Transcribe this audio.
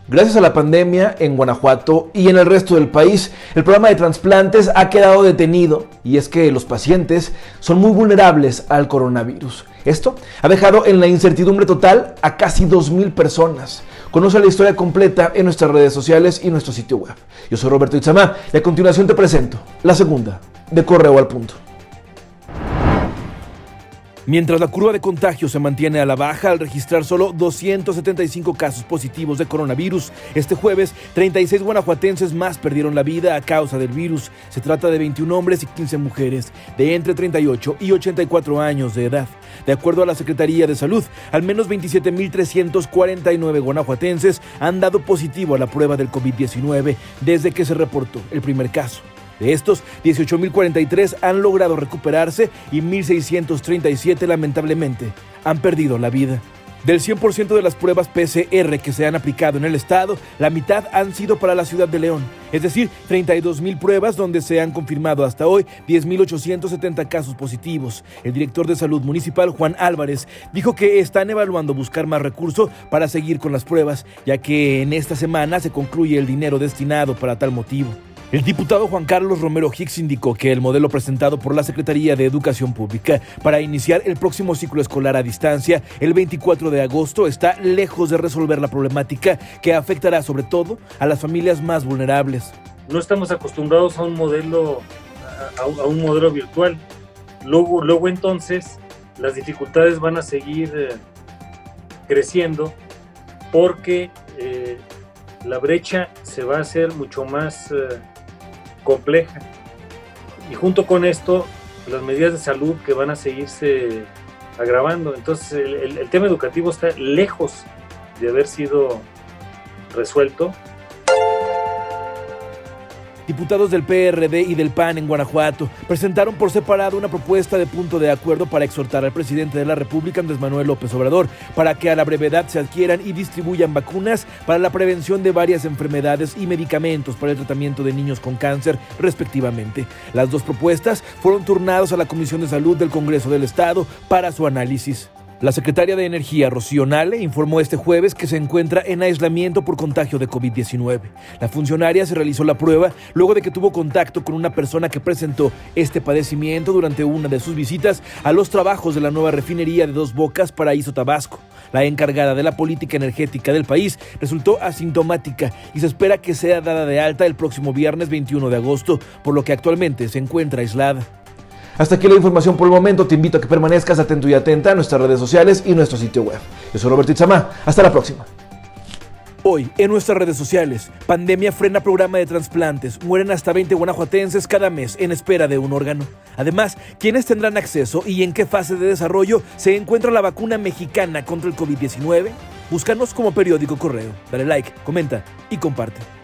Gracias a la pandemia, en Guanajuato y en el resto del país, el programa de trasplantes ha quedado detenido, y es que los pacientes son muy vulnerables al coronavirus. Esto ha dejado en la incertidumbre total a casi 2,000 personas. Conoce la historia completa en nuestras redes sociales y nuestro sitio web. Yo soy Roberto Itzamá y a continuación te presento la segunda de Correo al Punto. Mientras la curva de contagio se mantiene a la baja al registrar solo 275 casos positivos de coronavirus, este jueves 36 guanajuatenses más perdieron la vida a causa del virus. Se trata de 21 hombres y 15 mujeres de entre 38 y 84 años de edad. De acuerdo a la Secretaría de Salud, al menos 27,349 guanajuatenses han dado positivo a la prueba del COVID-19 desde que se reportó el primer caso. De estos, 18,043 han logrado recuperarse y 1,637 lamentablemente han perdido la vida. Del 100% de las pruebas PCR que se han aplicado en el estado, la mitad han sido para la ciudad de León, es decir, 32,000 pruebas donde se han confirmado hasta hoy 10,870 casos positivos. El director de Salud Municipal, Juan Álvarez, dijo que están evaluando buscar más recursos para seguir con las pruebas, ya que en esta semana se concluye el dinero destinado para tal motivo. El diputado Juan Carlos Romero Hicks indicó que el modelo presentado por la Secretaría de Educación Pública para iniciar el próximo ciclo escolar a distancia el 24 de agosto está lejos de resolver la problemática que afectará sobre todo a las familias más vulnerables. No estamos acostumbrados a un modelo virtual. Luego entonces las dificultades van a seguir creciendo porque la brecha se va a hacer mucho más compleja, y junto con esto las medidas de salud que van a seguirse agravando. Entonces el tema educativo está lejos de haber sido resuelto. Diputados del PRD y del PAN en Guanajuato presentaron por separado una propuesta de punto de acuerdo para exhortar al presidente de la República, Andrés Manuel López Obrador, para que a la brevedad se adquieran y distribuyan vacunas para la prevención de varias enfermedades y medicamentos para el tratamiento de niños con cáncer, respectivamente. Las dos propuestas fueron turnadas a la Comisión de Salud del Congreso del Estado para su análisis. La secretaria de Energía, Rocío Nale, informó este jueves que se encuentra en aislamiento por contagio de COVID-19. La funcionaria se realizó la prueba luego de que tuvo contacto con una persona que presentó este padecimiento durante una de sus visitas a los trabajos de la nueva refinería de Dos Bocas, Paraíso, Tabasco. La encargada de la política energética del país resultó asintomática y se espera que sea dada de alta el próximo viernes 21 de agosto, por lo que actualmente se encuentra aislada. Hasta aquí la información por el momento. Te invito a que permanezcas atento y atenta a nuestras redes sociales y nuestro sitio web. Yo soy Roberto Itzamá. Hasta la próxima. Hoy, en nuestras redes sociales, pandemia frena programa de trasplantes. Mueren hasta 20 guanajuatenses cada mes en espera de un órgano. Además, ¿quiénes tendrán acceso y en qué fase de desarrollo se encuentra la vacuna mexicana contra el COVID-19? Búscanos como Periódico Correo. Dale like, comenta y comparte.